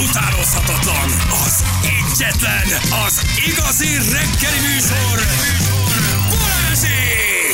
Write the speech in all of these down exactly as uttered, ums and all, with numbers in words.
utánozhatatlan, az egyetlen, az igazi reggeli műsor, Balázsék!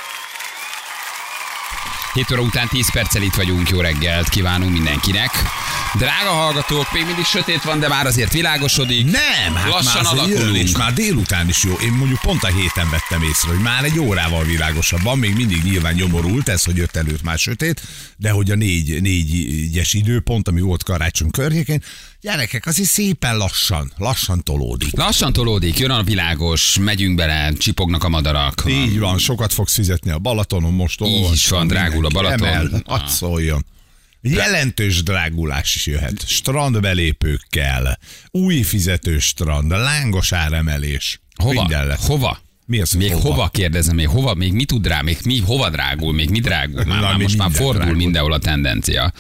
hét óra után tíz perccel itt vagyunk, jó reggelt kívánunk mindenkinek. Drága hallgatók, még mindig sötét van, de már azért világosodik. Nem, hát lassan már alakulunk. És már délután is jó. Én mondjuk pont a héten vettem észre, hogy már egy órával világosabban, még mindig nyilván nyomorult ez, hogy jött előtt már sötét, de hogy a négy, négyes időpont, ami volt karácsony környékén, gyerekek, azért szépen lassan, lassan tolódik. Lassan tolódik, jön a világos, megyünk bele, csipognak a madarak. Így van, sokat fogsz fizetni a Balatonon most. Így is van, drágul a Balaton. Emel, hadd szóljon. Jelentős drágulás is jöhet. Strandbelépőkkel, új fizetős strand, lángos áremelés. Hova? Hova? Mi az, még hova? hova kérdezem, még hova, még mi tud rá, még mi, hova drágul, még mi drágul? Már, már most már fordul drágul. Mindenhol a tendencia.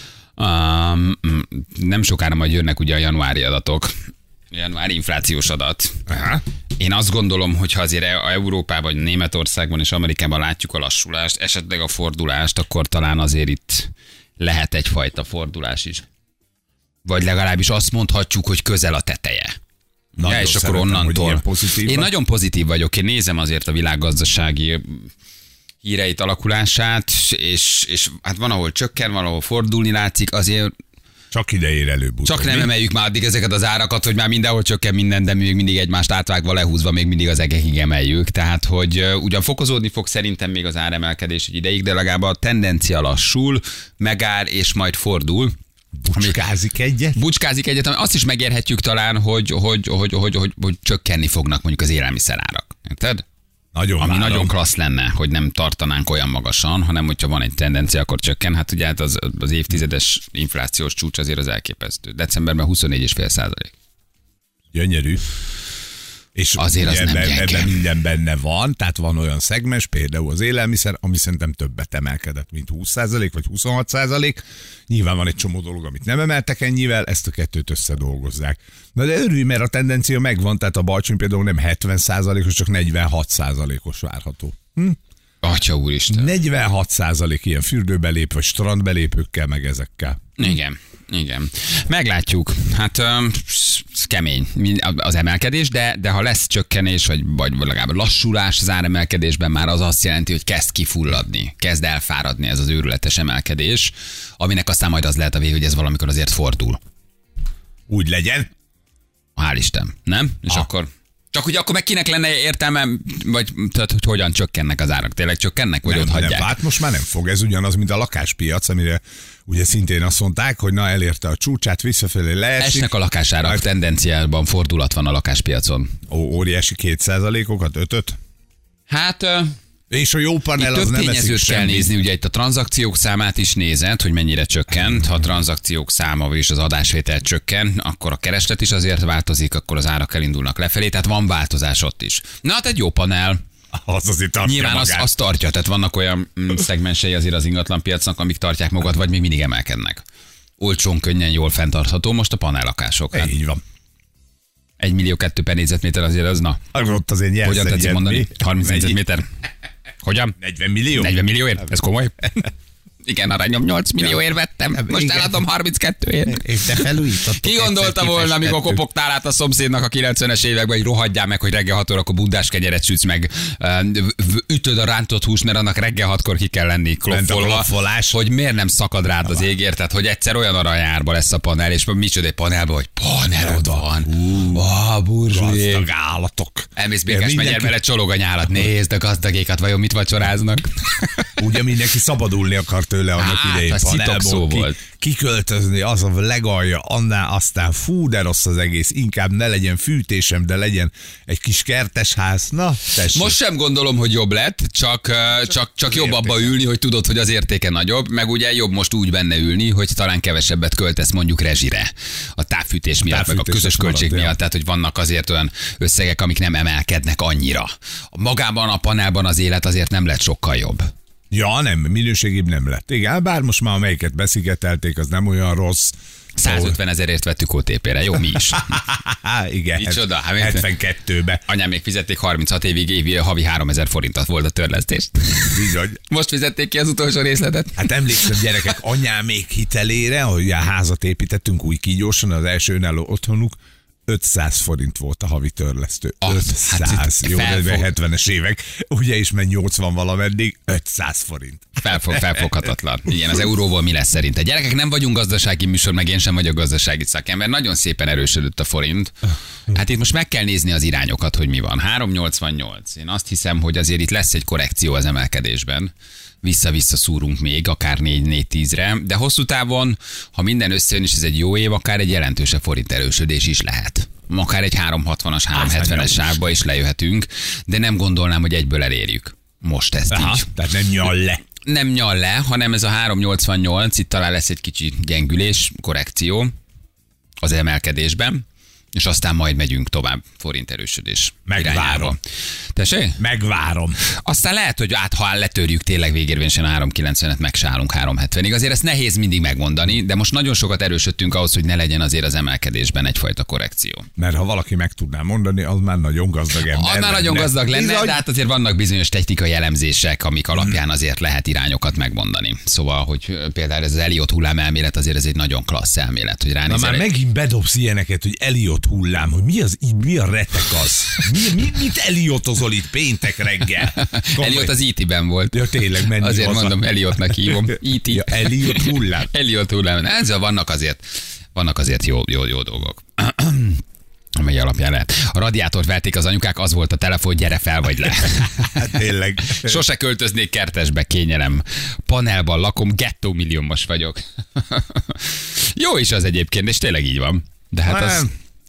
Um, nem sokára majd jönnek ugye a januári adatok. Januári inflációs adat. Aha. Én azt gondolom, hogy ha azért Európában, vagy Németországban és Amerikában látjuk a lassulást, esetleg a fordulást, akkor talán azért itt lehet egyfajta fordulás is. Vagy legalábbis azt mondhatjuk, hogy közel a teteje. Ja, és akkor onnantól. Én nagyon pozitív vagyok. Én nézem azért a világgazdasági híreit, alakulását, és, és hát van, ahol csökken, van, ahol fordulni látszik, azért csak ide ér előbb. Csak nem emeljük már addig ezeket az árakat, hogy már mindenhol csökken minden, de még mindig egymást átvágva, lehúzva, még mindig az egekig emeljük. Tehát, hogy ugyan fokozódni fog szerintem még az áremelkedés egy ideig, de legalább a tendencia lassul, megáll és majd fordul. Bucskázik egyet? Bucskázik egyet, azt is megérhetjük talán, hogy, hogy, hogy, hogy, hogy, hogy csökkenni fognak mondjuk az élelmiszerárak. Érted? Nagyon Ami várom. Nagyon klassz lenne, hogy nem tartanánk olyan magasan, hanem hogyha van egy tendencia, akkor csökken. Hát ugye hát az, az évtizedes inflációs csúcs azért az elképesztő. Decemberben huszonnégy egész öt százalék. Gyönyörű. És azért az ebben, nem gyenge. Ebben minden benne van, tehát van olyan szegmens, például az élelmiszer, ami szerintem többet emelkedett, mint húsz százalék vagy huszonhat százalék. Nyilván van egy csomó dolog, amit nem emeltek ennyivel, ezt a kettőt összedolgozzák. Na de örülj, mert a tendencia megvan, tehát a balcsony például nem hetven százalékos, csak negyvenhat százalékos várható. Hm? Atya úristen. negyvenhat százalék ilyen fürdőbelép, vagy strandbelépőkkel, meg ezekkel. Igen, igen. Meglátjuk. Hát um, kemény az emelkedés, de, de ha lesz csökkenés, vagy, vagy legalább lassulás az áremelkedésben, már az azt jelenti, hogy kezd kifulladni, kezd elfáradni ez az őrületes emelkedés, aminek aztán majd az lehet a vég, hogy ez valamikor azért fordul. Úgy legyen. Hál' Isten, nem? És ah. akkor... Csak hogy akkor meg kinek lenne értelme, vagy tehát, hogy hogyan csökkennek az árak? Tényleg csökkennek, vagy nem, ott hagyják? Nem, hát most már nem fog. Ez ugyanaz, mint a lakáspiac, amire ugye szintén azt mondták, hogy na elérte a csúcsát, visszafelé leesik. Esnek a lakásárak, hát, tendenciában fordulat van a lakáspiacon. Ó, óriási két százalékokat, ötöt? Hát... És a jó panel az nem eszik kell nézni, ugye itt a tranzakciók számát is nézed, hogy mennyire csökkent. Ha a tranzakciók száma és az adásvétel csökken, akkor a kereslet is azért változik, akkor az árak elindulnak lefelé, tehát van változás ott is. Na hát egy jó panel. Az azért tartja Nyilván az, az tartja, tehát vannak olyan szegmensei azért az ingatlanpiacnak, amik tartják magukat, vagy még mindig emelkednek. Olcsón, könnyen, jól fenntartható most a panellakások. Hát így van. Egy millió kettő per négyzetméter azért az, na. Ott azért nyersz. Hogyan tetszik mondani? harminc négyzetméter. Hogyan? negyven millió? negyven millióért? Ez komoly? Igen, aranyom, nyolc millióért vettem. Most igen. Eladom harminckettőért. És te felújítottok. Ki gondolta volna, amikor kopogtál át a szomszédnak a kilencvenes években, hogy rohadjál meg, hogy reggel hat órakor bundás kenyeret sütsz meg, ütöd a rántott húst, mert annak reggel hatkor ki kell lenni kloffolva, hogy miért nem szakad rád az égért, tehát hogy egyszer olyan aranyárba lesz a panel, és micsoda egy panelban, hogy panelod van. Ó, burzsujé. Gazdag állatok. Elmész Békás megyerbe, le csolog a nyálat, nézd a gazdagékat, vajon mit vacsoráznak. Ugye mindenki szabadulni akar tőle annak hát, idején panelból, ki, volt. kiköltözni, az a legalja, annál aztán fú, de rossz az egész, inkább ne legyen fűtésem, de legyen egy kis kertes ház. Na, tessék. Most sem gondolom, hogy jobb lett, csak, csak, csak, csak jobb abba ülni, hogy tudod, hogy az értéke nagyobb, meg ugye jobb most úgy benne ülni, hogy talán kevesebbet költesz mondjuk rezsire. A távfűtés miatt, a meg a közös költség miatt, tehát hogy vannak azért olyan összegek, amik nem emelkednek annyira. Magában a panelban az élet azért nem lett sokkal jobb. Ja, nem, minőségibb nem lett. Igen, bár most már amelyiket beszigetelték, az nem olyan rossz. százötven ezerért vettük o té pére, jó, mi is. Igen, Micsoda? Hát, hetvenkettőbe. Anyám még fizették harminchat évig, évi havi háromezer forintot volt a törlesztés. Bizony. Most fizették ki az utolsó részletet. Hát emlékszem, gyerekek, anyám még hitelére, hogy a házat építettünk új kígyóson, az első önálló otthonuk, ötszáz forint volt a havi törlesztő. Az, ötszáz. Hát Jó, felfog... hetvenes évek. Ugye is, mert nyolcvan valameddig, ötszáz forint. Felfog, felfoghatatlan. Igen, az euróval mi lesz szerint? A gyerekek, nem vagyunk gazdasági műsor, meg én sem vagyok gazdasági szakember. Nagyon szépen erősödött a forint. Hát itt most meg kell nézni az irányokat, hogy mi van. három nyolcvannyolc. Én azt hiszem, hogy azért itt lesz egy korrekció az emelkedésben. Vissza-vissza szúrunk még, akár négy tízre, de hosszú távon, ha minden összejön, és ez egy jó év, akár egy jelentősebb forint erősödés is lehet. Akár egy három hatvanas, három hetvenes sávba is lejöhetünk, de nem gondolnám, hogy egyből elérjük. Most ezt Aha, így. Tehát nem nyal le. Nem nyal le, hanem ez a három nyolcvannyolc, itt talán lesz egy kicsi gyengülés, korrekció az emelkedésben, és aztán majd megyünk tovább forint erősödés Megvárom. Tessék? Megvárom. Aztán lehet, hogy át, ha letörjük tényleg végérvényesen három kilencvenet, megsálunk három hetvenig. Azért ezt nehéz mindig megmondani, de most nagyon sokat erősödtünk ahhoz, hogy ne legyen azért az emelkedésben egyfajta korrekció. Mert ha valaki meg tudná mondani, az már nagyon gazdag ember. Az már nagyon gazdag lenne, Bizony. De hát azért vannak bizonyos technikai elemzések, amik alapján azért lehet irányokat megmondani. Szóval, hogy például ez az Elliott hullám elmélet, azért ez egy nagyon klassz elmélet, hogy ránézel. Na már egy... megint bedobsz ilyeneket, hogy Elliott hullám, hogy mi az, mi a retek az? Mi, mi, mit Elliotozol itt péntek reggel? Elliott az í té-ben volt. Ja, tényleg, menjünk Azért haza. mondom, Elliottnak hívom. í té. Ja, Elliott hullám. Elliott hullám. Ezzel vannak azért, vannak azért jó, jó, jó dolgok. Amely alapján lehet. A radiátort vették az anyukák, az volt a telefon, gyere fel vagy le. Hát tényleg. Sose költöznék kertesbe, kényelem. Panelban lakom, gettó milliómos vagyok. Jó is az egyébként, és tényleg így van. De hát az...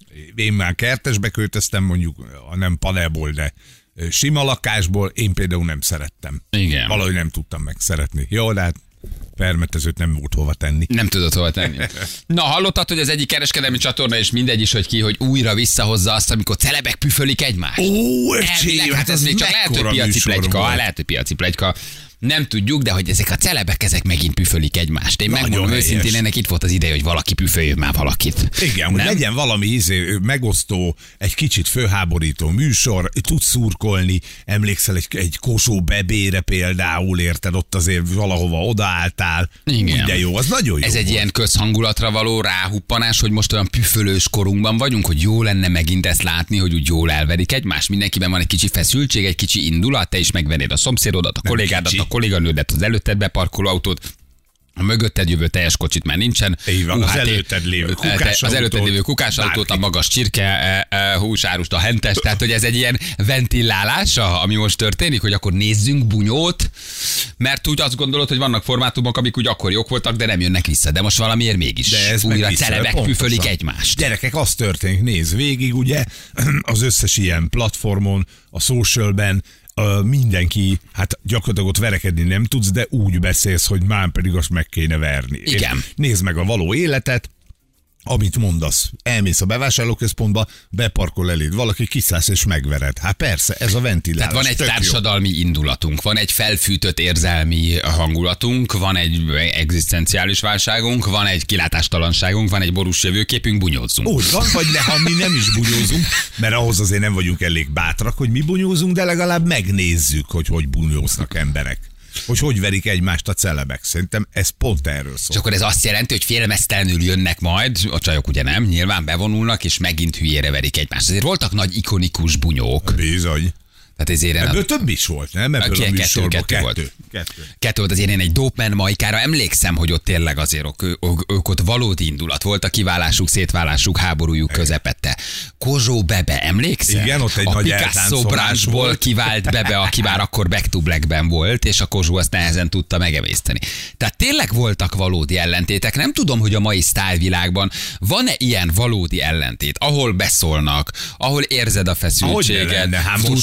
Én már kertesbe költöztem, mondjuk, nem panelból, de sima lakásból, én például nem szerettem. Igen. Valahogy nem tudtam megszeretni. Jó, de hát permetezőt nem volt hova tenni. Nem tudod hova tenni. Na, hallottad, hogy az egyik kereskedelmi csatorna, és mindegy is, hogy ki, hogy újra visszahozza azt, amikor celebek püfölik egymást? Ó, öcsém, hát ez még csak lehet, hogy piaci pletyka, lehet, hogy piaci pletyka. Nem tudjuk, de hogy ezek a celebek, ezek megint püfölik egymást. Én Nagyon megmondom helyes. őszintén, ennek itt volt az ideje, hogy valaki püföljön már valakit. Igen, hogy Nem? legyen valami izé, megosztó, egy kicsit fölháborító műsor, tudsz szurkolni, emlékszel egy, egy Kossuth Bebére például, érted, ott azért valahova odaálltál. Igen. De jó, az nagyon jó. Ez egy volt. ilyen közhangulatra való ráhuppanás, hogy most olyan püfölős korunkban vagyunk, hogy jó lenne megint ezt látni, hogy úgy jól elverik egymást. Mindenkiben van egy kicsi feszültség, egy kicsi indulat, te is megvennéd a szomszédodat, a Nem kollégádat, kicsi. a kolléganődet, az előtted beparkoló autót, a mögötted jövő teljes kocsit már nincsen. Így van, Hú, az hát előtted lévő te- kukásautót, Az előtted lévő kukásautót, a bárkit. magas csirke, e, e, húsárust, a hentes. Tehát, hogy ez egy ilyen ventilálása, ami most történik, hogy akkor nézzünk bunyót, mert úgy azt gondolod, hogy vannak formátumok, amik úgy akkor jók voltak, de nem jönnek vissza. De most valamiért mégis. De ez újra meg vissza, celebek pontosan. püfölik egymást. Gyerekek, az történik, nézd végig, ugye, az összes ilyen platformon, a socialben, ö, mindenki, hát gyakorlatilag ott verekedni nem tudsz, de úgy beszélsz, hogy már pedig azt meg kéne verni. Igen. És nézd meg a való életet, amit mondasz, elmész a bevásárlóközpontba, beparkol eléd valaki, kiszállsz és megvered. Hát persze, ez a ventilálás. Tehát van egy tök jó. társadalmi indulatunk, van egy felfűtött érzelmi hangulatunk, van egy egzisztenciális válságunk, van egy kilátástalanságunk, van egy borús jövőképünk, bunyózzunk. Úgy van, vagy ne, ha mi nem is bunyózunk, mert ahhoz azért nem vagyunk elég bátrak, hogy mi bunyózunk, de legalább megnézzük, hogy hogy bunyóznak emberek. Hogy hogy verik egymást a celebek. Szerintem ez pont erről szól. És akkor ez azt jelenti, hogy félmeztelenül jönnek majd, a csajok ugye nem, nyilván bevonulnak, és megint hülyére verik egymást. Azért voltak nagy ikonikus bunyók. Bizony. Tehát ezért Ebből több is volt, nem? Ebből Kettő, a műsorból kettő volt. kettő. kettő. Kettő volt, azért én egy Dopeman Majkára emlékszem, hogy ott tényleg azért ők, ők, ők ott valódi indulat volt, a kiválásuk, szétválásuk, háborújuk közepette. Kozsó Bebe, emlékszel? Igen, ott egy a nagy Picasso eltáncolás branchból volt. kivált Bebe, aki már akkor Back to Blackben volt, és a Kozsó azt nehezen tudta megemészteni. Tehát tényleg voltak valódi ellentétek. Nem tudom, hogy a mai sztárvilágban van-e ilyen valódi ellentét, ahol beszólnak, ahol érzed a Ahogy ne feszültséget, lenne, hát tud, most tudsz ugye-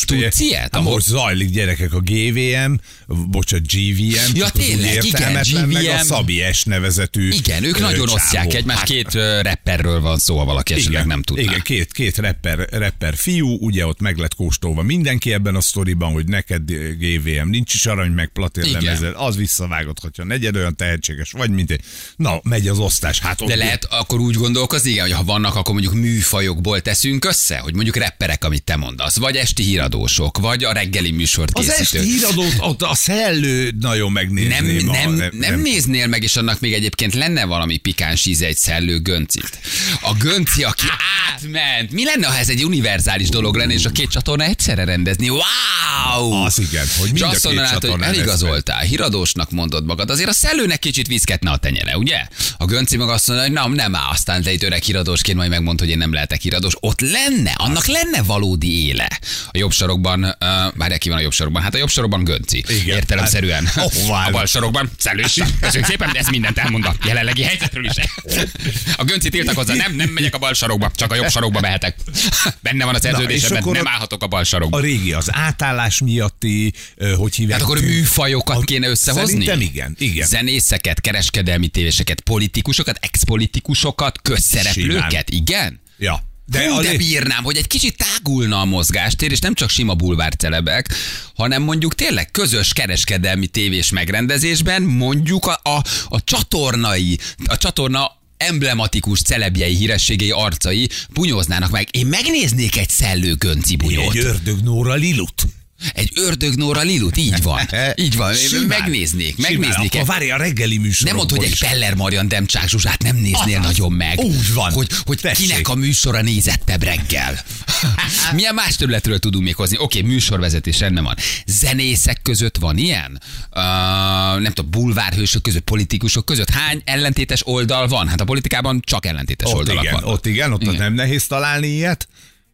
ilyet? Ahol most zajlik, gyerekek, a gé vé em, bocsánat, gé vé em, ja, tényleg, igen, gé vé em. Meg a Szabi S nevezetű. Igen, ők nagyon csávó. Osztják egymást, hát, két rapperről van szó, ha valaki esetleg igen, nem tudná. Igen, két, két rapper, rapper fiú, ugye ott meg lett kóstolva mindenki ebben a sztoriban, hogy neked gé vé em nincs is arany, meg platin lemezed, az visszavágott, hogyha negyed olyan tehetséges vagy, mint én. Na, megy az osztás. Hát de lehet akkor úgy gondolkozni, igen, hogy ha vannak, akkor mondjuk műfajokból teszünk össze, hogy mondjuk rapperek, amit te mondasz, vagy esti híradósok, vagy a reggeli műsort készítők. Az esti híradót, ott a szellő nagyon megnézném. Nem, nem, a, nem, nem néznél meg, és annak még egyébként lenne valami pikáns íze, egy szellő Göncit. A Gönci, aki átment. Mi lenne, ha ez egy univerzális dolog lenne, és a két csatorna egyszerre rendezni? Wow! Az igen, hogy mind a két csatornát, hogy eligazoltál, híradósnak mondod magad. Azért a szellőnek kicsit viszketne a tenyere, ugye? A Gönci meg azt mondja, hogy nem, nem áll, aztán te itt öreg híradósként majd megmond, hogy én nem lehetek híradós. Ott lenne, annak lenne valódi éle. A jobb sarokban, uh, várják, ki van a jobb sarokban? Hát a jobb sarokban Gönci. Igen, értelemszerűen. Hát, oh, a bal sarokban Szellős. Köszönjük szépen, de ez mindent elmond a jelenlegi helyzetről is. A Gönci tiltakozza, nem, nem megyek a bal sarokba, csak a jobb sarokba mehetek. Benne van a szerződésemben, nem állhatok a bal sarokba. A régi, az átállás miatti, hogy hívják. Tehát akkor műfajokat kéne összehozni? Szerintem igen, igen. Zenészeket, kereskedelmi tévéseket, politikusokat, expolitikusokat, közszereplőket, igen? Ja. De, Hú, de lé... bírnám, hogy egy kicsit tágulna a mozgástér, és nem csak sima bulvárcelebek, hanem mondjuk tényleg közös kereskedelmi tévés megrendezésben mondjuk a, a, a csatornai, a csatorna emblematikus celebjei, hírességei, arcai bunyóznának meg. Én megnéznék egy Szellő Gönci bunyót. Egy Ördög Nóra Lilut. Egy Ördög Nóra Lilut, így van. Így van, simán, megnéznék, megnéznék. Akkor várj a reggeli műsorokból. Nem mondd, hogy egy Peller Marian Demcsák Zsuzsát nem néznél Azaz. nagyon meg. Úgy van. Hogy, hogy kinek a műsora nézettebb reggel. Milyen más területről tudunk még hozni? Oké, okay, műsorvezetés rendben van. Zenészek között van ilyen? Uh, nem tudom, bulvárhősök között, politikusok között. Hány ellentétes oldal van? Hát a politikában csak ellentétes ott oldalak igen, vannak. Ott igen, ott igen. Nem nehéz találni ilyet.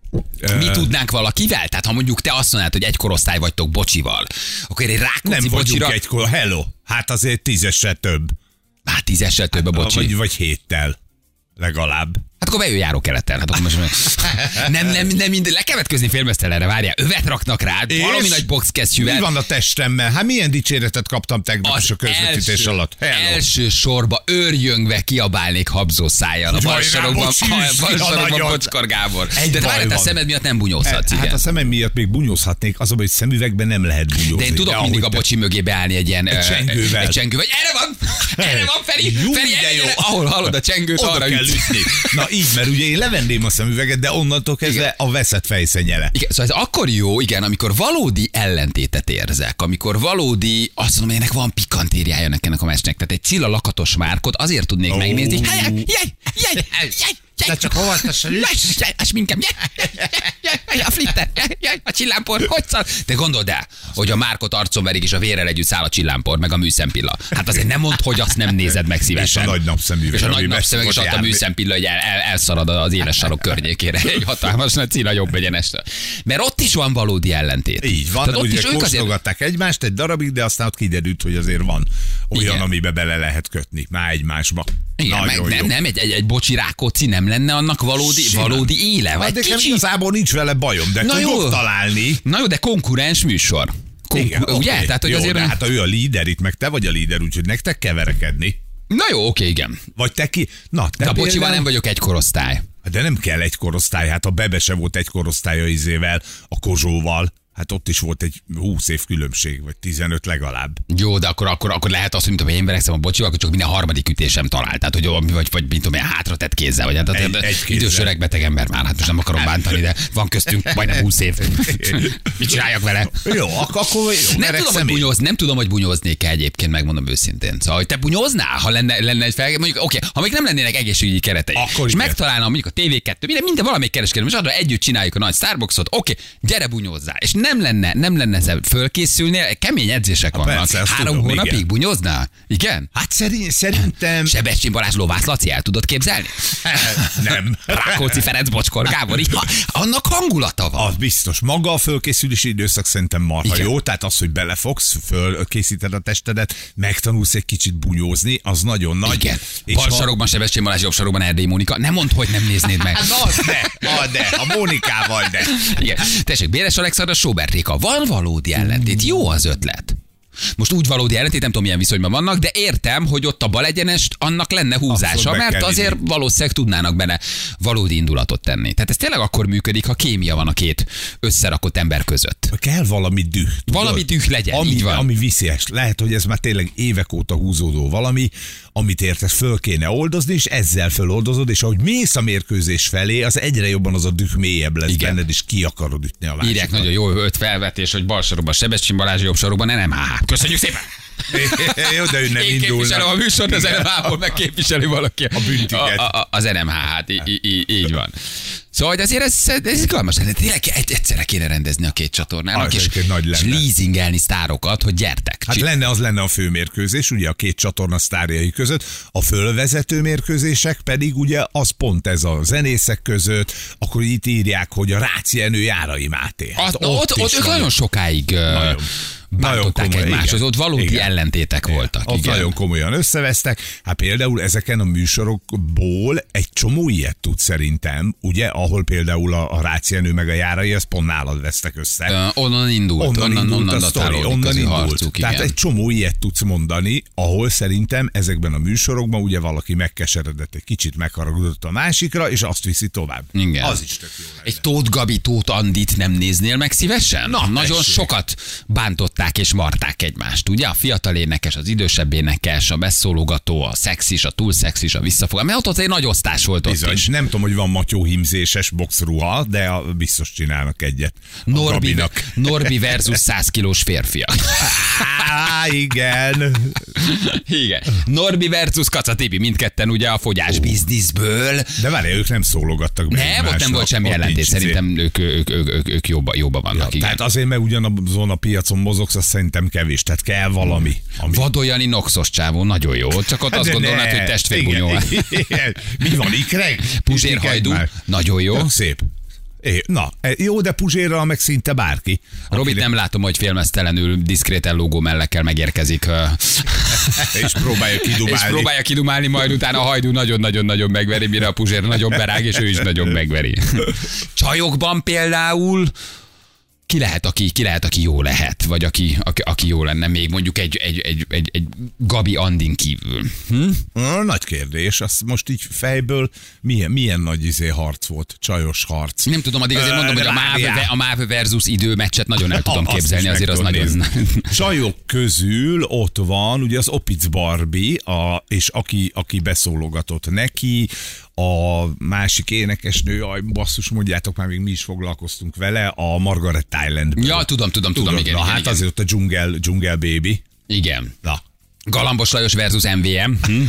Mi tudnánk valakivel? Tehát ha mondjuk te azt mondod, hogy egy korosztály vagytok Bocsival, akkor egy Rákóczi nem Bocsira... egy kor... Hello, hát azért tízessel több. Hát tízessel több a Bocsi. Vagy, vagy héttel legalább. Hát akkor bejön járókeleten. Hát akkor most nem, nem, nem minden, le kell vetközni félmeztelenre, várjál. Övet raknak rád, valami nagy boxkesztyűvel. Mi van a testemmel? Hát milyen dicséretet kaptam tegnap is a közvetítés első, alatt. Hello. Első sorba őrjöngve kiabálnék habzó szájjal. A balsarokban Bocskor Gábor. De várjál, a szemed miatt nem bunyózhatsz. Hát igen. A szemem miatt még bunyózhatnék, azonban, hogy szemüvegben nem lehet bunyózni. De én tudok de mindig a Bocsi mögé beállni egy ilyen egy csengővel. Egy csengővel. Erre van! Erre van, Feri! Feri, ahol hallod a csengőt, arra Na így, mert ugye én levenném a szemüveget, de onnantól kezdve igen. a veszett fejszennyele. Igen, szóval ez akkor jó, igen, amikor valódi ellentétet érzek, amikor valódi, azt mondom, hogy ennek van pikantériája ennek a meccsnek. Tehát egy Cilla Lakatos Márkot azért tudnék oh. megnézni. Jaj, jaj, jaj, jaj, de csak hova tesz a lüss? A sminkem, a flitter, a csillámpor, hogy szal? De gondold el, hogy a Márkot arcon verik, és a vérrel együtt száll a csillámpor, meg a műszempilla. Hát azért nem mondd, hogy azt nem nézed meg szívesen. És a nagy napszemüveg. És a nagy napszemüveg, és ott a műszempilla, hogy el, el, elszarad az éles sarok környékére. Egy hatalmas nagy Cilla jobb legyen este. Mert ott is van valódi ellentét. Így van, tehát ugye kóstolgatták azért... egymást egy darabig, de aztán ott kiderült, hogy azért van olyan, igen. amibe bele lehet kötni. Már egymásba. Igen, meg nem, nem, egy, egy, egy Bocsi Rákóczi nem lenne annak valódi, valódi éle? Vagy de kicsi... igazából nincs vele bajom, de na tudok jó. találni. Na jó, de konkurens műsor. Konkur... Igen, ugye? Okay. Tehát, hogy jó, azért... hát ő a líder itt, meg te vagy a líder, úgyhogy nektek kell verekedni. Na jó, oké, igen. Vagy te ki... Na, te de a Bocsival nem vagyok egy korosztály. De nem kell egy korosztály, hát a Bebe se volt egy korosztálya izével, a Kozsóval. Hát ott is volt egy húsz év különbség, vagy tizenöt legalább. Jó, de akkor, akkor, akkor lehet azt, hogy mint, hogy én verekszem a Bocsival, akkor csak minden harmadik ütésem talált. Tehát, hogy vagy, vagy mint tudom, hátra tett kézzel. Vagy, hát, egy, egy idős öreg beteg ember már, hát most nem akarom bántani, de van köztünk majdnem húsz év. Mit csináljak vele? Jó, akkor jó, nem, tudom, hogy bunyoz, nem tudom, hogy bunyóznék egyébként, megmondom őszintén. Szóval, hogy te bunyoznál, ha lenne, lenne egy fel, mondjuk, oké, ha még nem lennének egészségügyi keretei, akkor és megtalálnám mondjuk a té vé kettő, minden, minden valamelyik kereskedő, és arra együtt csináljuk a nagy Starbucksot, oké, gyere bunyózzál. És nem lenne, nem lenne ezzel fölkészülnél, kemény edzések vannak. Persze, három tudom, hónapig igen. bunyóznál? Igen? Hát szerint, szerintem... Sebestyén Balázs Lovász Laci, el tudod képzelni? Nem. Rákóczi Ferenc Bocskor Gábor, ha, annak hangulata van. Az biztos. Maga a fölkészülési időszak szerintem marha igen. jó, tehát az, hogy belefogsz, fölkészíted a testedet, megtanulsz egy kicsit bunyózni, az nagyon nagy. Igen. Bal ha... sarokban Sebestyén Balázs, jobb sarokban Erdélyi Mónika. Nem mondd, hogy nem néznéd meg. Hát az de, a de, a Mónikával de. Igen. Tessék, Béres Alexandra show Robert Réka, van valódi ellentét, jó az ötlet. Most úgy valódi ellentét, nem tudom milyen viszonyban vannak, de értem, hogy ott a balegyenest annak lenne húzása, mert azért valószínűleg tudnának benne valódi indulatot tenni. Tehát ez tényleg akkor működik, ha kémia van a két összerakott ember között. Kell valami düh. Tudod? Valami düh legyen, ami, így van. Ami viszies. Lehet, hogy ez már tényleg évek óta húzódó valami, amit érted, föl kéne oldozni, és ezzel föloldozod, és ahogy mész a mérkőzés felé, az egyre jobban az a düh mélyebb lesz igen. benned, és ki akarod ütni a másikat. Írják nagyon jó öt felvetés, hogy bal sarokban Sebestyén Balázs, jobb sarokban en em há há. Köszönjük szépen! Jó, de ő nem Én képviselem a műsort, az en em há hából megképviseli valaki. A büntiket. A, a, az en em há há-t, í, í, így van. Szóval azért ez, ez izgalmas lenne. Tényleg egyszerre kéne rendezni a két csatornának, ah, és, és leasingelni sztárokat, hogy gyertek. Hát lenne, az lenne a főmérkőzés, ugye a két csatorna sztárjai között, a fölvezető mérkőzések pedig ugye az pont ez a zenészek között, akkor itt írják, hogy a Rácz Jenő Járai Máté. Hát ott, ott, ott ők nagyon sokáig... Nagyon. Bántották egymáshoz, ott valódi igen. ellentétek igen. voltak. Ott igen. nagyon komolyan összevesztek. Hát például ezeken a műsorokból egy csomó ilyet tud szerintem, ugye, ahol például a, a Rácz Jenő meg a Járai, az pont nálad vesztek össze. Uh, onnan indult. Onnan, onnan indult onnan a sztori, onnan indult. Harcuk, Tehát egy csomó ilyet tudsz mondani, ahol szerintem ezekben a műsorokban ugye valaki megkeseredett, egy kicsit megharagudott a másikra, és azt viszi tovább. Igen. Az is tök jó lenne. Egy Tóth Gabi, Tóth Andit nem néznél meg szívesen? Na, nagyon tessék. Sokat bántották és marták egymást, ugye? A fiatal énekes, az idősebb énekes, a beszólogató, a szexis, a túl szexis, a visszafogó. Mert ott, ott egy nagy osztás volt ott bizony, is. Nem tudom, hogy van matyó hímzéses boxruha, de a, biztos csinálnak egyet. Norbi, Norbi versus száz kilós férfiak. Á, igen. Igen. Norbi versus Kaca Tibi, mindketten ugye a fogyás bizniszből. De várj, ők nem szólogattak be. Nem, ott nem volt semmi ellentét. Szerintem ők, ők, ők, ők, ők jobban, jobban vannak. Ja, igen. Tehát azért, mert ugyanazon a piacon mozogsz, azt szerintem kevés. Tehát kell valami. Ami... Vadolyani noxos csávó, nagyon jó. Csak ott azt gondolnád, hogy testvérbunyó. Mi van, ikreg? Puzsér Hajdú, nagyon jó. Tök szép. É, na, jó, de Puzsérral meg szinte bárki. Robit akinek... nem látom, hogy félmeztelenül diszkrét ellógó mellekkel megérkezik. és próbálja kidumálni. És próbálja kidumálni, majd utána a Hajdú nagyon-nagyon-nagyon megveri, mire a Puzsér nagyon berág, és ő is nagyon megveri. Csajokban például ki lehet, aki, ki lehet, aki jó lehet, vagy aki, aki, aki jó lenne még mondjuk egy, egy, egy, egy, egy Gabi Andin kívül. Hm? Nagy kérdés, azt most így fejből milyen, milyen nagy izé harc volt, csajos harc. Nem tudom, addig azért mondom, hogy a MÁV, a MÁV versus idő meccset nagyon el tudom képzelni, azért az nagyon... Csajok közül ott van ugye az Opic Barbie, a, és aki, aki beszólogatott neki, a másik énekesnő, aj, basszus, mondjátok már, még mi is foglalkoztunk vele, a Margaret Thailand. Ja, tudom, tudom, tudom, igen. Na, igen, hát igen. azért ott a dzsungel, dzsungel baby. Igen. Na. Galambos Lajos versus em vé em. Hm?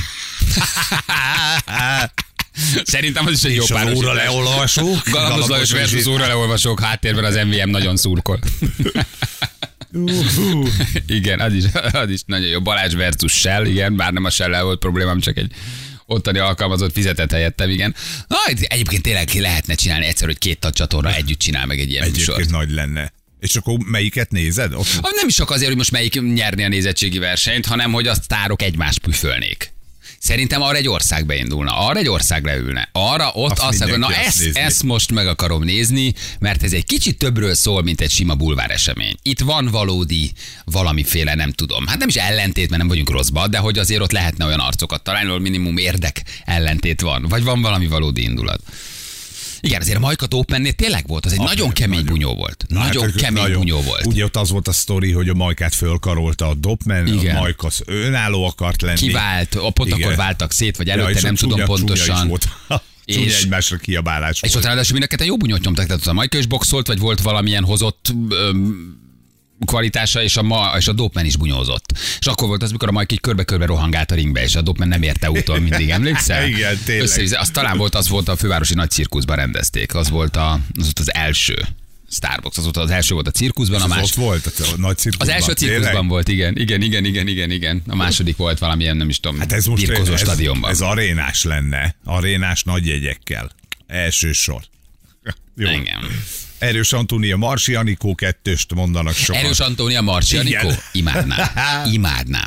Szerintem az is egy és jó párosítás. És az óraleolvasók. Galambos Lajos versus óraleolvasók, háttérben az em vé em nagyon szurkol. Uh-huh. Igen, az is, az is nagyon jó. Balázs versus Shell, igen, bár nem a Shell-el volt problémám, csak egy ottani alkalmazott fizetett helyettem, igen. Na, egyébként tényleg lehetne csinálni egyszer, hogy két csatorna együtt csinál meg egy ilyen egyébként műsort. nagy lenne. És akkor melyiket nézed? Ott... Nem is csak azért, hogy most melyik nyerni a nézettségi versenyt, hanem hogy a sztárok egymást püfölnék. Szerintem arra egy ország beindulna, arra egy ország leülne. Arra ott azt, azt mondja, na ezt, ezt most meg akarom nézni, mert ez egy kicsit többről szól, mint egy sima bulvár esemény. Itt van valódi valamiféle, nem tudom, hát nem is ellentét, mert nem vagyunk rosszba, de hogy azért ott lehetne olyan arcokat találni, ahol minimum érdek ellentét van, vagy van valami valódi indulat. Igen, azért a Majka Opennél tényleg volt, az egy a, nagyon kemény nagyon, bunyó volt. Na, nagyon hát, kemény nagyon, bunyó volt. Ugye ott az volt a sztori, hogy a Majkát fölkarolta a Dopman, a Majka önálló akart lenni. Kivált, a pont akkor váltak szét, vagy előtte, ja, nem tudom csúnya, pontosan. Csúnya is volt. És egymásra kiabálás és ott ráadásul mind a ketten jó bunyót nyomtak, tehát a Majka is boxolt, vagy volt valamilyen hozott öm, kvalitása, és a, ma, és a Dopman is bunyózott. És akkor volt az, mikor a Majka így körbe-körbe rohangált a ringbe, és a Dopman nem érte utol mindig, emlékszel? Igen, tényleg. Össze, az talán volt, az volt a fővárosi nagy cirkuszban rendezték, az volt, a, az, volt az első Starbox, az volt az első volt a cirkuszban, a más... ott volt a nagy cirkuszban. Az első cirkuszban tényleg? Volt, igen, igen, igen, igen, igen, igen. A második volt valamilyen, nem is tudom, hát ez most birkozó ez, stadionban. Ez arénás lenne, arénás nagy jegyekkel. Első sor. Jó. Igen. Erős Antónia, Marsi Anikó kettőst mondanak sokan. Erős Antónia, Marsi Anikó? Imádnám. Imádnám.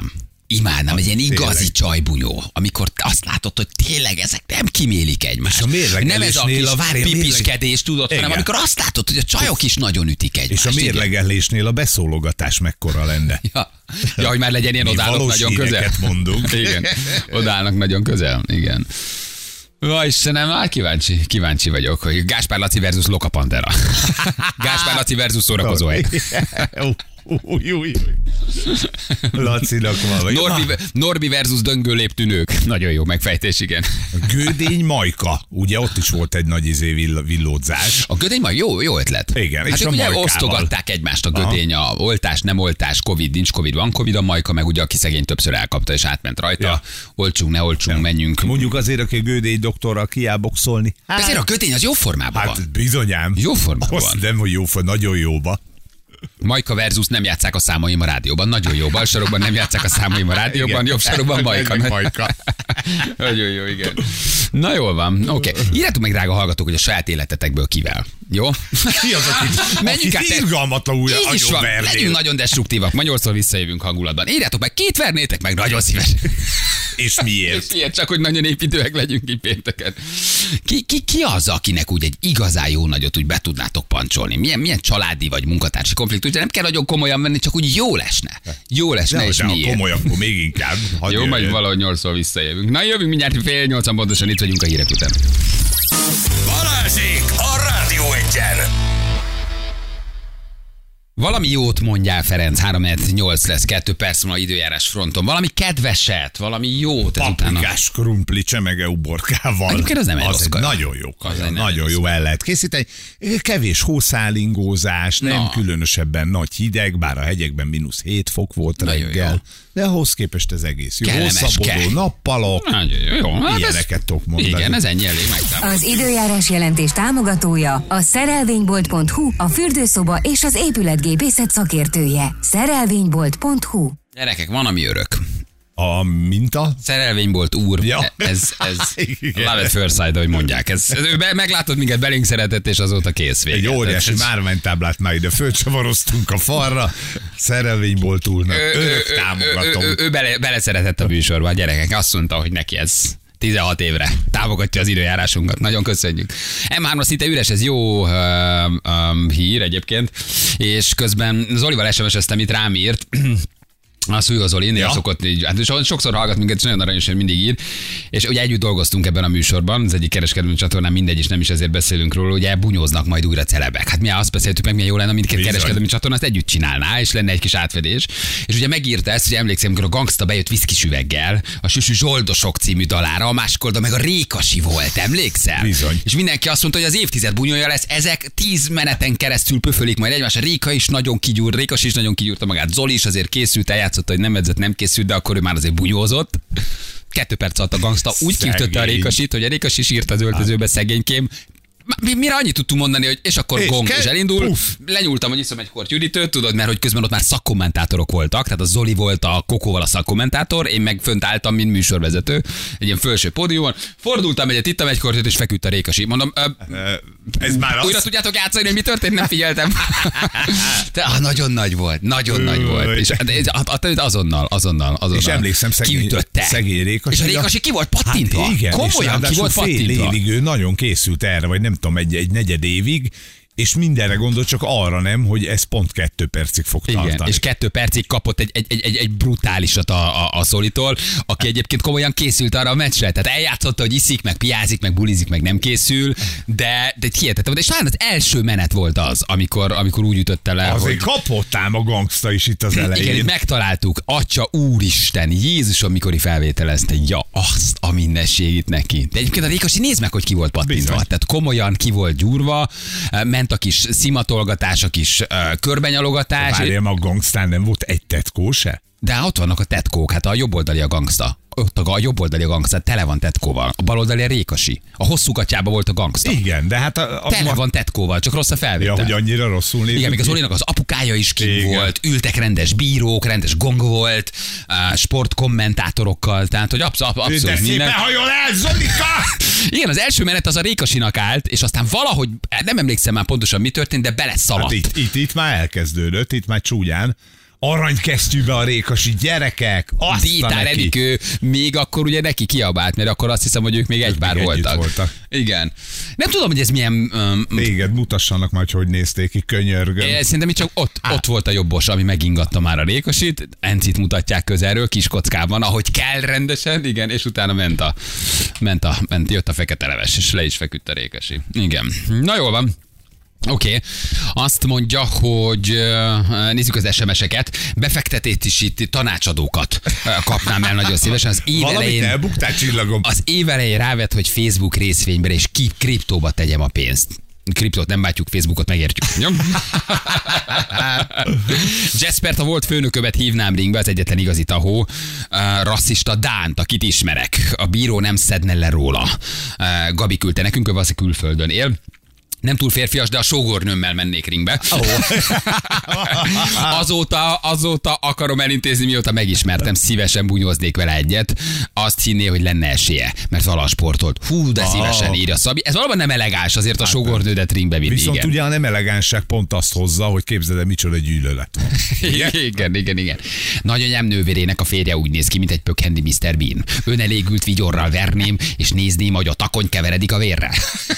Imádnám, egy ilyen igazi tényleg. csajbunyó, amikor te azt látod, hogy tényleg ezek nem kimélik egymást. És a mérlegelésnél nem ez a kis a- várj, a pipiskedés, tudod, hanem Igen. amikor azt látod, hogy a csajok is nagyon ütik egymást. És a igen. mérlegelésnél a beszólogatás mekkora lenne. Ja. ja, hogy már legyen ilyen, Mi odállnak valós nagyon közel. híreket mondunk. Igen, odállnak nagyon közel, igen. Ja, Istenem, már kíváncsi, kíváncsi vagyok, hogy Gáspár Laci versus Loka Pantera. Gáspár Laci versus szórakozó hely. Új, új, új. Lacinak van. vagy- Norbi, Norbi versus döngő léptűnők. Nagyon jó megfejtés, igen. A Gödény Majka. Ugye ott is volt egy nagy izé vill- villódzás. A gödény majd jó, jó ötlet. Igen, hát és ők a ugye majkával. osztogatták egymást a gödény, a oltás, nem oltás, Covid, nincs Covid, van Covid, a majka meg ugye aki szegény többször elkapta és átment rajta. Ja. Olcsunk, ne olcsunk, menjünk. Mondjuk azért, aki a Gödény doktorral kiáboxolni. De azért a gödény az jó formában van. Hát bizonyám. Jó formában Azt van. nem, hogy jó, nagyon jóba. Majka versus nem játsszák a számaim a rádióban. Nagyon jó. Bal sarokban nem játsszák a számaim a rádióban, Igen. jobb sarokban Majka. Meg Majka. Nagyon jó, igen. Na jól van. Oké. Okay. Írjátok meg, drága hallgatók, hogy a saját életetekből kivel. Jó? Ki az, akit, Menjünk akit át. irgalmatlanul Így is van. vernél? Legyünk nagyon destruktívak. Ma nyolcszor visszajövünk hangulatban. Írjátok meg, két vernétek meg, nagyon szíves. És És miért? miért csak, hogy nagyon építőek legyünk ki pénteken. Ki, ki, ki az, akinek úgy egy igazán jó nagyot úgy be tudnátok pancsolni? Milyen, milyen családi vagy munkatársi konfliktus? De nem kell nagyon komolyan venni, csak úgy jó lesne. Jó lesne, Ne, és de ha miért? komolyabb, akkor még inkább. Hadd Jó, jöjjön. majd valahogy nyolcszor visszajövünk. Na jövünk mindjárt fél nyolcan pontosan, itt vagyunk a hírek után. Balázsék a Rádió Egyen! Valami jót mondjál, Ferenc, három nyolc lesz, kettő perc múlva időjárás fronton. Valami kedveset, valami jót ezután. Paprikás krumpli csemege uborkával. Egyébként az nem egy rossz egy kaja. nagyon jó Az kaja, egy nem nagyon rossz jó el lehet készíteni. Kevés hószálingózás, nem Na. különösebben nagy hideg, bár a hegyekben mínusz hét fok volt Nagyon reggel. jó. De ahhoz képest ez egész jó. Kellemes Hosszabodó kej. nappalok, Nagyon jó. jó. Hát ez- ilyeneket tudok mondani. Igen, ez ennyi elég megtámad. Az időjárás jelentés támogatója a szerelvénybolt pont hu, a fürdőszoba és az épületgépészet szakértője. szerelvénybolt pont hu. Gyerekek, van, ami örök. A minta? Szerelvénybolt úr, Ja. ez, ez Igen. love at first sight, ahogy mondják. Ez, ez, ő be, meglátod minket, belénk szeretett, és azóta kész vége. Egy óriási Tehát ez- márványtáblát már ide fölcsavaroztunk a falra. Szerelvénybolt úrnak. ő, ő, Örök ő, támogatom. ő, ő, ő bele, beleszeretett a műsorba, a gyerekek. Azt mondta, hogy neki ez tizenhat évre támogatja az időjárásunkat. Nagyon köszönjük. em három szinte üres, ez jó uh, um, hír egyébként, és közben Zolival es em es-eztem, itt rám írt, a Szújó Zoli, néha Ja. szokott így, hát so- sokszor hallgat minket, és nagyon aranyos, hogy mindig ír. És ugye együtt dolgoztunk ebben a műsorban, az egyik kereskedelmi csatornán, mindegy, és nem is ezért beszélünk róla, ugye bunyóznak majd újra celebek. Hát mi azt beszéltük meg, milyen jó lenne, mindkét Bizony. kereskedelmi csatornán ezt együtt csinálná, és lenne egy kis átfedés. És ugye megírta ezt, hogy emlékszem, amikor a gangsta bejött viszkis üveggel, a Süsű Zsoldosok című dalára, a másik oldalon meg a Rékasi volt, emlékszel? Bizony. És mindenki azt mondta, hogy az évtized bunyója lesz, ezek tíz meneten keresztül pöfölik majd egymás. A Réka is nagyon kigyúr, Rékas is nagyon kigyúrta magát, Zoli is azért készült, eljátszotta, hogy nem edzett, nem készült, de akkor ő már azért bunyózott. Kettő perc alatt a gangsta úgy Szegény. kiütötte a Rékasit, hogy a Rékas is írt az öltözőbe szegénykém. Mi- Mire annyit tudtunk mondani, hogy és akkor És gong, ke- és elindul. puff. Lenyúltam, hogy iszom egy kort üdítőt, tudod, mert hogy közben ott már szakkommentátorok voltak, tehát a Zoli volt a Kokóval a szakkommentátor, én meg fönt álltam, mint műsorvezető, egy ilyen felső pódiumon. Fordultam egyet, ittam egy kortyot, és feküdt a Rékasi. Mondom, ö, Ö, Ez már újra az. tudjátok játszani, hogy mi történt? Nem figyeltem. De, ah, nagyon nagy volt, nagyon nagy volt. És hát ez- hát- hát azonnal, azonnal, azonnal. És emlékszem, szegény, kiütötte. szegény Rékasi. És a Rékasi ki volt pattintva. Hát igen, és Komolyan ki ráadásul volt fél pattintva. évig ő nagyon készült erre, vagy nem tudom, egy, egy negyed évig, és mindenre gondolt, csak arra nem, hogy ez pont kettő percig fog Igen, tartani. és kettő percig kapott egy, egy, egy, egy, egy brutálisat a, a, a Szolitól, aki egyébként komolyan készült arra a meccsre. Tehát eljátszotta, hogy iszik, meg piázik, meg bulizik, meg nem készül, de, de hihetetlen. És talán az első menet volt az, amikor, amikor úgy ütötte le, Azért hogy... kapott ám a gangsta is itt az elején. Igen, itt megtaláltuk. Atya, úristen, Jézusom, mikor i felvételezte, ja, azt a mindenségét neki. De egyébként a Rékasi, nézd meg, hogy ki volt pattintva. Bizony. Tehát komolyan ki volt gyúrva, ment a kis szimatolgatás, a kis uh, körbenyalogatás. Várjál, a gangstán nem volt egy tetkó se? De ott vannak a tetkók, hát a jobboldali a gangsta. Ott a, a jobboldali a gangsta, tele van tetkóval. A baloldali a Rékasi. A hosszú gatyában volt a gangsta. Igen, de hát a, a Tele ma- van tetkóval, csak rossz a felvétel. Ja, hogy annyira rosszul nézünk. Igen, még az ki. Olinak az apukája is ki Igen. volt, ültek rendes bírók, rendes gong volt, uh, sportkommentátorokkal, tehát hogy absz- absz- De abszolút szépen minden. hajol el, Zolika! Igen, az első menet az a Rékasinak állt, és aztán valahogy, nem emlékszem már pontosan mi történt, de beleszaladt. Hát itt, itt, itt már elkezdődött, itt már csúnyán. Aranykesztyűbe a Rékasi gyerekek. Dítár Enikő, még akkor ugye neki kiabált, mert akkor azt hiszem, hogy ők még egy pár voltak. voltak. Igen. Nem tudom, hogy ez milyen... Um, Téged mutassanak majd, hogy nézték ki, könyörgöm. Szerintem csak ott, ott volt a jobbos, ami megingatta már a Rékasit. Encit mutatják közelről, kis kockában, ahogy kell rendesen, igen, és utána ment a, ment a, ment, jött a fekete leves, és le is feküdt a Rékasi. Igen. Na jól van. Oké, okay. Azt mondja, hogy nézzük az es em es-eket, befektetési tanácsadókat kapnám el nagyon szívesen. Az év elején, elbuktál, csillagom. Az év elején rávett, hogy Facebook részvényben és ki kriptóba tegyem a pénzt. Kriptót nem bátjuk, Facebookot megértjük. Jaspert, a volt főnökömet hívnám ringbe, az egyetlen igazi tahó. Uh, rasszista Dánt, akit ismerek. A bíró nem szedne le róla. Uh, Gabi küldte nekünk, ő valószínűleg külföldön él. Nem túl férfias, de a sógornőmmel mennék ringbe. Oh. azóta, azóta akarom elintézni, mióta megismertem, szívesen bunyóznék vele egyet. Azt hinné, hogy lenne esélye, mert valaha sportolt. Hú, de szívesen írja Szabi. Ez valóban nem elegáns azért a sógornődet ringbe vinni. Viszont igen. ugye a nem elegánsság pont azt hozza, hogy képzeld el, micsoda gyűlölet van. Igen? igen, igen, igen. Nagyanyám nővérének a férje úgy néz ki, mint egy pökhendi miszter Bean. Önelégült vigyorral verném, és nézném, hogy a takony keveredik a vérre.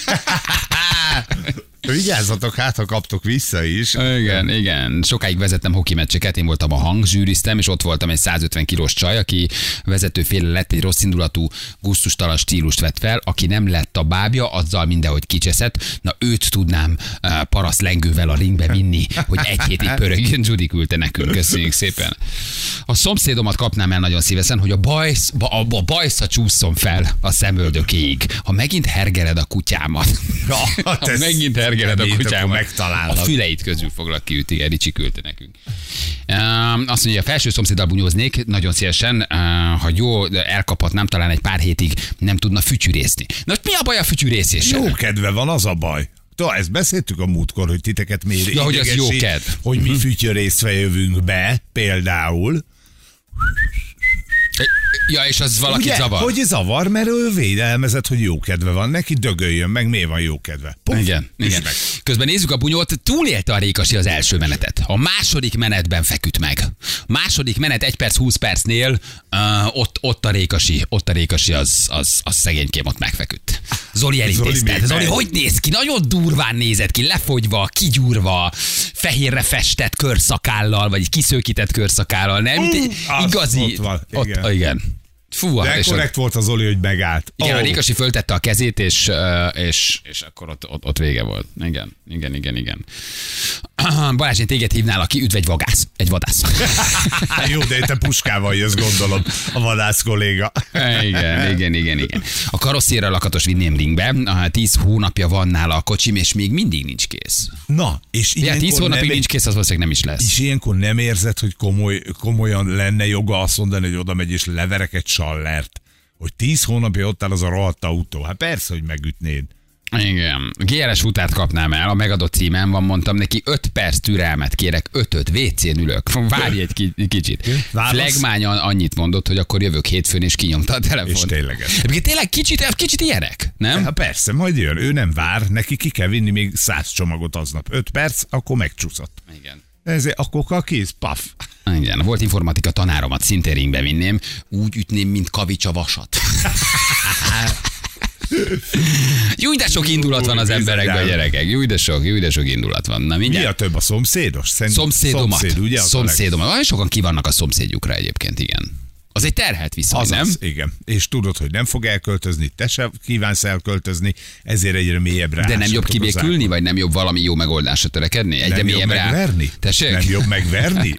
Vigyázzatok, hát ha kaptok vissza is. Igen, igen. Sokáig vezettem hoki meccseket, én voltam a hangzsűriztem, és ott voltam egy százötven kilós csaj, aki vezetőféle lett, egy rossz indulatú, gusztustalan stílust vett fel, aki nem lett a bábja, azzal mindenhogy kicseszett. Na őt tudnám uh, paraszt lengővel a ringbe vinni, hogy egy hétig pörögjön. Judy küldte nekünk, köszönjük szépen. A szomszédomat kapnám el nagyon szívesen, hogy a bajsz, a, a bajsza csúszson fel a szemöldökéig. Ha megint hergeled a kutyámat. Ja, ha megint hergeled a kutyámat, a füleit közül foglak ki, üti, Ricsi küldte nekünk. Uh, azt mondja, a felső szomszéddal bunyóznék, nagyon szívesen, uh, ha jó, elkaphatnám, talán egy pár hétig nem tudna fütyűrészni. Na most mi a baj a fütyűrészéssel? Jó kedve van, az a baj. Tudom, ezt beszéltük a múltkor, hogy titeket miért ja, hogy az jó kedv. Hogy mi fütyűrészve jövünk be, például. Ja, és az valaki ugye, zavar. Hogy zavar, mert ő védelmezett, hogy jó kedve van neki, dögöljön meg, miért van jó kedve. Puf, igen, igen. Meg. Közben nézzük a bunyót, túlélte a Rékasi az első menetet. A második menetben feküdt meg. Második menet egy perc, húsz percnél uh, ott, ott a Rékasi, ott a Rékasi az, az, az szegénykém ott megfeküdt. Zoli elintézte. Zoli, Zoli hogy néz ki? Nagyon durván nézett ki, lefogyva, kigyúrva, fehérre festett körszakállal, vagy kiszőkített körszakállal, nem? Mm, igazi. Ott van, ott, igen. igen. Fú, de korrekt volt az Zoli, hogy megállt. Igen, oh. A Rékasi föltette a kezét, és, és, és akkor ott, ott, ott vége volt. Igen, igen, igen, igen. Balázs, én téged hívnál, aki üdv egy vagász, egy vadász. Jó, de te puskával jössz, gondolom, a vadász kolléga. Igen, igen, igen, igen. A karosszérrel lakatos vinném ringbe, tíz hónapja van nála a kocsim, és még mindig nincs kész. Na, és ja, tíz hónapig nem, nincs kész, az valószínűleg nem is lesz. És ilyenkor nem érzed, hogy komoly, komolyan lenne joga azt mondani, hogy oda megy és leverek egy sallert, hogy tíz hónapja ott áll az a rohadt autó. Hát persze, hogy megütnéd. Igen. gé er es futát kapnám el, a megadott címem van, mondtam neki, öt perc türelmet kérek, ötöt, vé cén ülök. Várj egy kicsit. Flegmány annyit mondott, hogy akkor jövök hétfőn, és kinyomta a telefont. És tényleg ez. Tényleg kicsit, kicsit ilyenek, nem? Hát persze, majd jön. Ő nem vár, neki ki kell vinni még száz csomagot aznap. öt perc, akkor megcsúszott. Igen. Ezért akkor a kész, paf. Igen, volt informatika tanáromat szintén ringbe vinném, úgy ütném, mint kavics a vasat. Júj, de sok indulat van az emberekben, gyerekek. Júj, de sok, júj, de sok indulat van. Na, mi a több, a szomszédos? Szomszédomat. Szomszéd, ugye? Szomszédomat. Olyan sokan kivannak a szomszédjukra egyébként, igen. Az egy terhelt viszony, Azaz, nem? Igen. És tudod, hogy nem fog elköltözni, te sem kívánsz elköltözni, ezért egyre mélyebbre. De nem jobb kibékülni, vagy nem jobb valami jó megoldásra törekedni? Egyre nem mélyebbre jobb megverni? Tessék? Nem jobb megverni?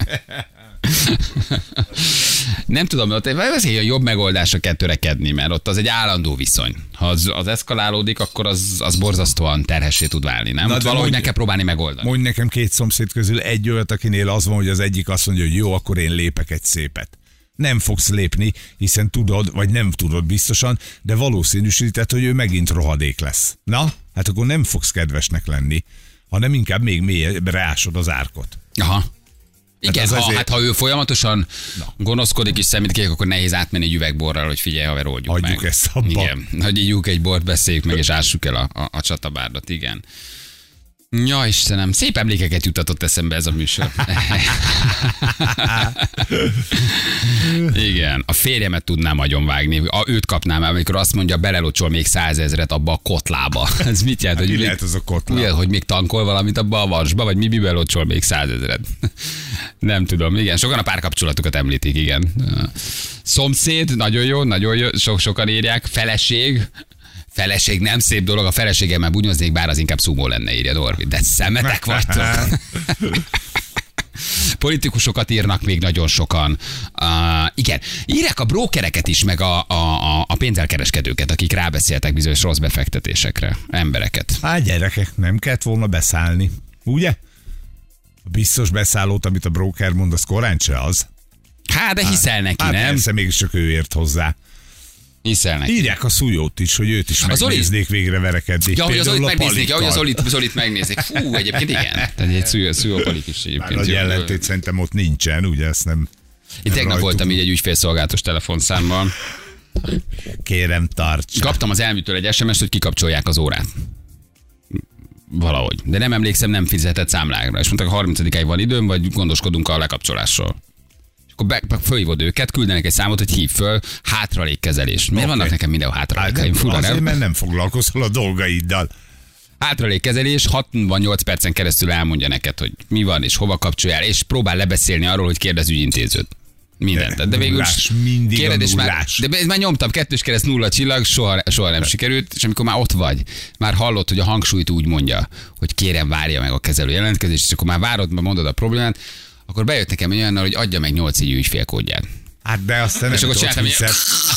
Nem tudom, ott azért jobb megoldásra kell törekedni, mert ott az egy állandó viszony. Ha az, az eszkalálódik, akkor az, az borzasztóan terhessé tud válni, nem? Ott valahogy meg kell próbálni megoldani. Mondj nekem két szomszéd közül egy olyat, akinél az van, hogy az egyik azt mondja, hogy jó, akkor én lépek egy szépet. Nem fogsz lépni, hiszen tudod, vagy nem tudod biztosan, de valószínűsíted, hogy ő megint rohadék lesz. Na, hát akkor nem fogsz kedvesnek lenni, hanem inkább még mélyebbre ásod az árkot. Aha. Igen, hát, ha, hát ha ő folyamatosan Na. gonoszkodik és szemítkék, akkor nehéz átmenni egy üvegborral, hogy figyelj, haver, oldjuk Adjuk meg. ezt abba. Igen, hogy ígyjuk egy bort, beszéljük meg, és ássuk el a, a, a csatabárdot, igen. Ja, Istenem, szép emlékeket jutatott eszembe ez a műsor. Igen, a férjemet tudnám agyonvágni, a, őt kapnám el, amikor azt mondja, belelocsol még százezret abba a kotlába. Ez mit jelent? Hát hogy mi lehet az a kotlába? Ugye, hogy még tankol valamit abba a varsba, vagy mi belocsol még százezret? Nem tudom, igen, sokan a párkapcsolatukat említik, igen. Szomszéd, nagyon jó, nagyon jó, so, sokan írják, feleség, Feleség nem szép dolog, a feleségemmel bunyoznék, bár az inkább szumó lenne, írja Norvi. De szemetek vagytok. Politikusokat írnak még nagyon sokan. Uh, igen, írják a brókereket is, meg a, a, a pénzelkereskedőket, akik rábeszéltek bizonyos rossz befektetésekre. Embereket. Hát gyerekek, nem kellett volna beszállni. Ugye? A biztos beszállót, amit a broker mond, az korán se az. Hát, de hiszel neki, hát, nem? Persze, mégis csak ő ért hozzá. Hiszel neki. Írják a Szújót is, hogy őt is megnéznék végre verekedni. Ja, hogy az Zolit Például a megnéznék, ja, hogy az Palikkal. Zolit, Zolit megnéznék. Fú, egyébként igen. Tehát egy Szújó, Szújó Palik is Már egyébként. nagy jó. ellentét szerintem ott nincsen, ugye ezt nem... Én nem tegnap rajtuk. voltam így egy ügyfélszolgálatos telefonszámban. Kérem, tarts. Kaptam az elműtől egy es em es-t, hogy kikapcsolják az órát. Valahogy. De nem emlékszem, nem fizetett számlágra. És mondták, a harmincadikáig van időm, vagy gondoskodunk a lekapcsolásról. És akkor be, be, fölhívod őket, küldenek egy számot, hogy hív föl, hátralékkezelés. Miért Oké. vannak nekem mindenhol hátralékaim? Hát, Fura, azért, nem? mert nem foglalkozol a dolgaiddal. Hátralékkezelés, hatvannyolc percen keresztül elmondja neked, hogy mi van és hova kapcsoljál, és próbál lebeszélni arról, hogy kérdez ügyintézőt. Mindent. De De végül nullás, mindig a kérdés már, nullás. de már nyomtam, kettős kereszt nulla csillag, soha, soha nem sikerült, és amikor már ott vagy, már hallod, hogy a hangsúlyt úgy mondja, hogy kérem, várja meg a kezelő jelentkezést, és akkor már várod, már mondod a problémát, akkor bejött nekem egy olyannal, hogy adja meg nyolc jegyű ügyfélkódját. Hát de aztán És nem akkor tudod, csináltam hiszed.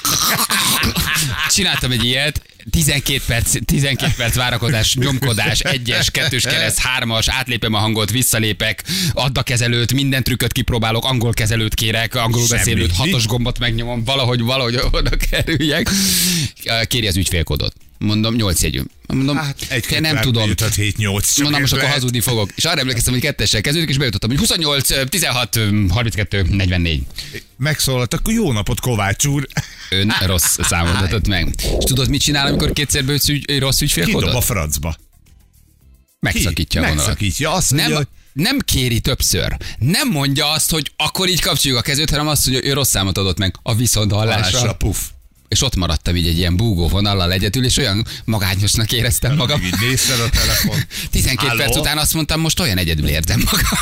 Csináltam egy ilyet, tizenkét perc, tizenkét perc várakozás, nyomkodás, egyes, kettős kereszt, hármas, átlépem a hangot, visszalépek, add a kezelőt, minden trükköt kipróbálok, angol kezelőt kérek, angolul Semmi. beszélőt, hatos gombot megnyomom, valahogy, valahogy oda kerüljek. Kéri az ügyfélkódot. Mondom, nyolc jegyű. Mondom, Hát egy te nem tudom. hét nyolc. Mondom, most akkor hazudni fogok. És arra emlékeztem, hogy kettessel kezdődik, és bejutottam, hogy huszonnyolc, tizenhat, harminckettő, negyvennégy. Megszólalt, akkor jó napot, Kovács úr. Ön rossz számot adott meg. És tudod, mit csinál, amikor kétszer beütsz ügy, rossz Kidob a ügyfélkódot? francba. Megszakítja a vonalat. Megszakítja. Azt mondja, Nem, hogy nem kéri többször. Nem mondja azt, hogy akkor így kapcsoljuk a kezőt, hanem azt, hogy ő rossz számot adott meg a viszonthallásra. hallásra, puff. És ott maradtam így egy ilyen búgó vonallal egyedül, és olyan magányosnak éreztem magam. Így nézted a telefon. tizenkét Halló? perc után azt mondtam, most olyan egyedül érzem magam.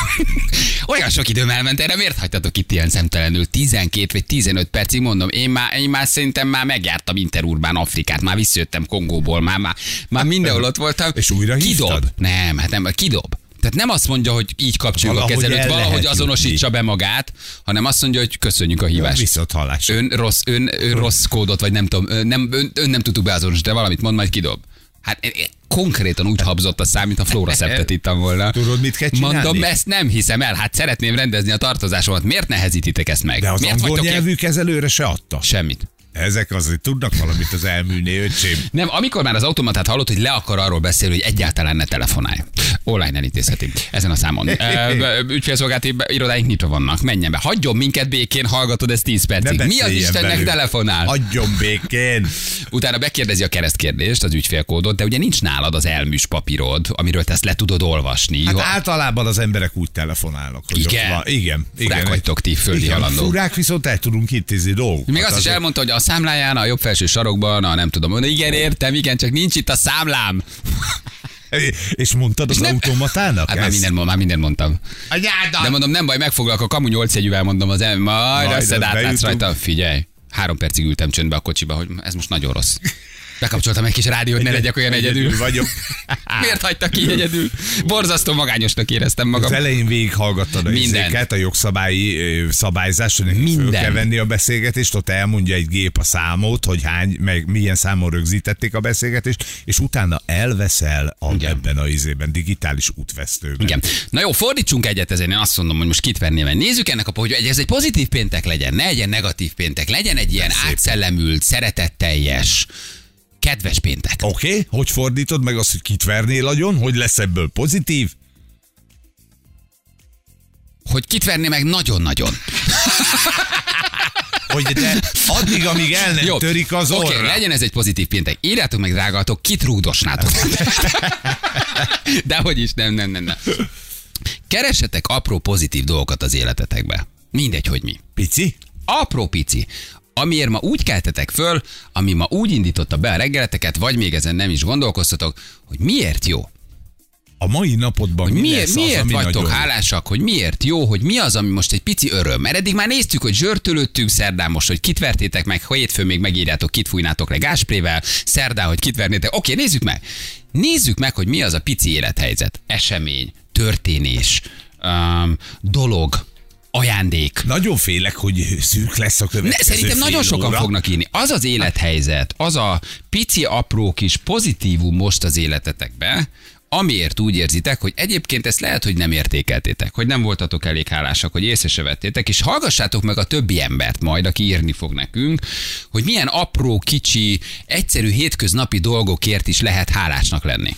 Olyan sok időm elment erre, miért hagytatok itt ilyen szemtelenül? tizenkét vagy tizenöt percig mondom, én már, én már szerintem már megjártam interurbán Afrikát, már visszajöttem Kongóból, már, már, már mindenhol ott voltam. És újra Kidob. hívtad? Nem, hát nem, kidob. Tehát nem azt mondja, hogy így kapcsoljuk Valahogy a kezelőt, el valahogy lehet azonosítsa jutni. be magát, hanem azt mondja, hogy köszönjük a hívást. Viszont hallásra. Ön rossz, ön, ön rossz kódot, vagy nem tudom, ön nem, ön, ön nem tudtuk beazonosítani, de valamit mond, majd kidob. Hát eh, eh, konkrétan úgy habzott a szám, mint a Flóraszeptet ittam volna. Tudod, mit kell csinálni? Mondom, ezt nem hiszem el, hát szeretném rendezni a tartozásomat. Miért nehezítitek ezt meg? De az Miért angol vagytok nyelvű kezelőre se adta. Semmit. Ezek azért tudnak valamit az elműné, öcsém. Nem, amikor már az automatát hallott, hogy le akar arról beszélni, hogy egyáltalán ne telefonálj. Online elintézheti. Ezen a számon. Ö, Ügyfélszolgálati irodáink nyitva vannak. Menjen be. Hagyjon minket békén, hallgatod ezt tíz Ne percig. Mi az beszéljen Istennek velünk. telefonál? Adjon békén. Utána bekérdezi a keresztkérdést, az ügyfélkódot, de ugye nincs nálad az elműs papírod, amiről te ezt le tudod olvasni. Hát Jó, általában az emberek úgy telefonálnak, hogy Igen? ott van. Igen. Furák igen. vagytok ti, földi Igen, halandók. Furák, viszont el tudunk intézni dolgokat. Még azt is Azért- elmondta, hogy a számláján, a jobb felső sarokban, a nem tudom, mondani, igen, értem, igen, csak nincs itt a számlám. És mondtad az nem- automatának? Hát már ezt? minden, már mindent mondtam. Anyádat! De mondom, nem baj, megfoglalak a kamu nyolc jegyűvel, mondom az el, majd, Majd azt az átlátsz bejutunk. rajta. Figyelj, három percig ültem csöndbe a kocsiba, hogy ez most nagyon rossz. Bekapcsoltam egy kis rádiót, hogy ne legyek olyan egyedül. vagyok. Miért hagytak ki egyedül? Borzasztó magányosnak éreztem magam. Az elején végighallgattad a Mindent. izéket, a jogszabályi ö, szabályzást, hogy neki föl Minden. kell venni a beszélgetést, ott elmondja egy gép a számot, hogy hány, meg milyen számon rögzítették a beszélgetést, és utána elveszel a, Igen. ebben a izében, digitális útvesztőben. Igen. Na jó, fordítsunk egyet ezen, én azt mondom, hogy most kit verném el. Nézzük ennek a, hogy ez egy pozitív péntek legyen, ne legyen negatív péntek, legyen egy ilyen átszellemült, szeretetteljes, kedves péntek. Oké, okay. Hogy fordítod meg azt, hogy kit vernél agyon, hogy lesz ebből pozitív? Hogy kit verné meg nagyon-nagyon. hogy de addig, amíg el nem Jó. törik az orra. Oké, okay, legyen ez egy pozitív péntek. Írjátok meg, drágátok, kit rúgdosnátok. De hogy is, nem, nem, nem, nem. Keressetek apró pozitív dolgokat az életetekbe. Mindegy, hogy mi. Pici? Apró pici. Amiért ma úgy keltetek föl, ami ma úgy indította be a reggeleteket, vagy még ezen nem is gondolkoztatok, hogy miért jó. A mai napodban hogy mi miért, lesz miért az, ami vagytok nagyon hálásak, hogy miért jó, hogy mi az, ami most egy pici öröm. Mert eddig már néztük, hogy zsörtölődtünk szerdán most, hogy kit vertétek meg, ha hétfőn még megírjátok, kit fújnátok le gásprével, szerdán, hogy kit vernétek. Oké, nézzük meg. Nézzük meg, hogy mi az a pici élethelyzet, esemény, történés, um, dolog, ajándék. Nagyon félek, hogy szűk lesz a következő Ne, szerintem nagyon sokan óra. fognak írni. Az az élethelyzet, az a pici, apró kis pozitívum most az életetekbe, amiért úgy érzitek, hogy egyébként ezt lehet, hogy nem értékeltétek, hogy nem voltatok elég hálásak, hogy észre se vettétek, és hallgassátok meg a többi embert majd, aki írni fog nekünk, hogy milyen apró, kicsi, egyszerű hétköznapi dolgokért is lehet hálásnak lenni.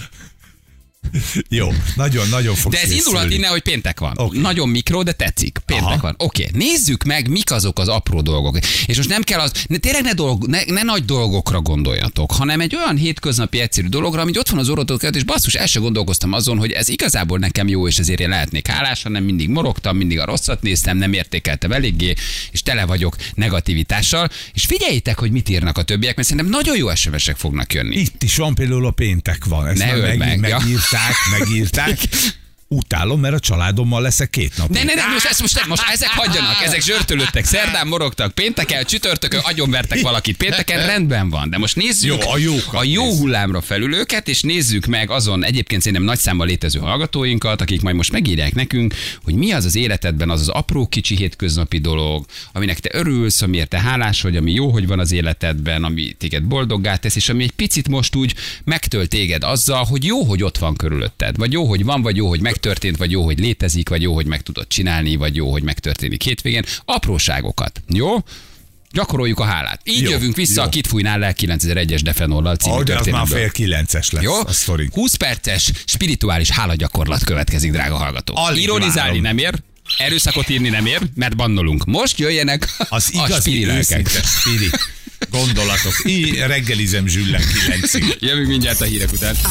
Jó, nagyon-nagyon fog De ez készülni. indulhat innen, hogy péntek van. Okay. Nagyon mikro, de tetszik. Péntek Aha. van. Oké, okay. Nézzük meg, mik azok az apró dolgok. És most nem kell az, ne, tényleg ne, dolg, ne, ne nagy dolgokra gondoljatok, hanem egy olyan hétköznapi egyszerű dologra, amit ott van az orrotok előtt, és basszus, el sem gondolkoztam azon, hogy ez igazából nekem jó, és ezért én lehetnék hálás, hanem mindig morogtam, mindig a rosszat néztem, nem értékeltem eléggé, és tele vagyok negativitással. És figyeljétek, hogy mit írnak a többiek, mert szerintem nagyon jó es em esek fognak jönni. Itt is van például a péntek van. Ezt Ne már öld megint meg, ja. megírták, megírták. Utálom, mert a családommal leszek két napig. Ne, ne, ne, most, ezt most, nem, most ezek hagyjanak, ezek zsörtölődtek, szerdán morogtak, pénteken, csütörtökön agyonvertek valakit, pénteken rendben van, de most nézzük Jó, a jókat a jó nézzük. hullámra felül őket, és nézzük meg azon egyébként szerintem nagy számban létező hallgatóinkat, akik majd most megírják nekünk, hogy mi az az életedben az az apró kicsi hétköznapi dolog, aminek te örülsz, amiért te hálás vagy, ami jó, hogy van az életedben, ami téged boldoggá tesz, és ami egy picit most úgy megtölt téged azzal, hogy jó, hogy ott van körülötted, vagy jó, hogy van, vagy jó, hogy meg történt, vagy jó, hogy létezik, vagy jó, hogy meg tudod csinálni, vagy jó, hogy megtörténik hétvégén. Apróságokat. Jó? Gyakoroljuk a hálát. Így Jó, jövünk vissza jó. a Kit fújnál le kilencezer-egyes Defenollal című Oh, de az már történetből. fél kilences lesz Jó? a sztori. húsz perces spirituális hálagyakorlat következik, drága hallgatók. Alig Ironizálni várom. nem ér, erőszakot írni nem ér, mert bannolunk. Most jöjjenek Az a igazi spiri lelkek. őszinte spiri gondolatok. Így reggelizem zsüllen kilencig. Jövünk mindjárt a hírek után.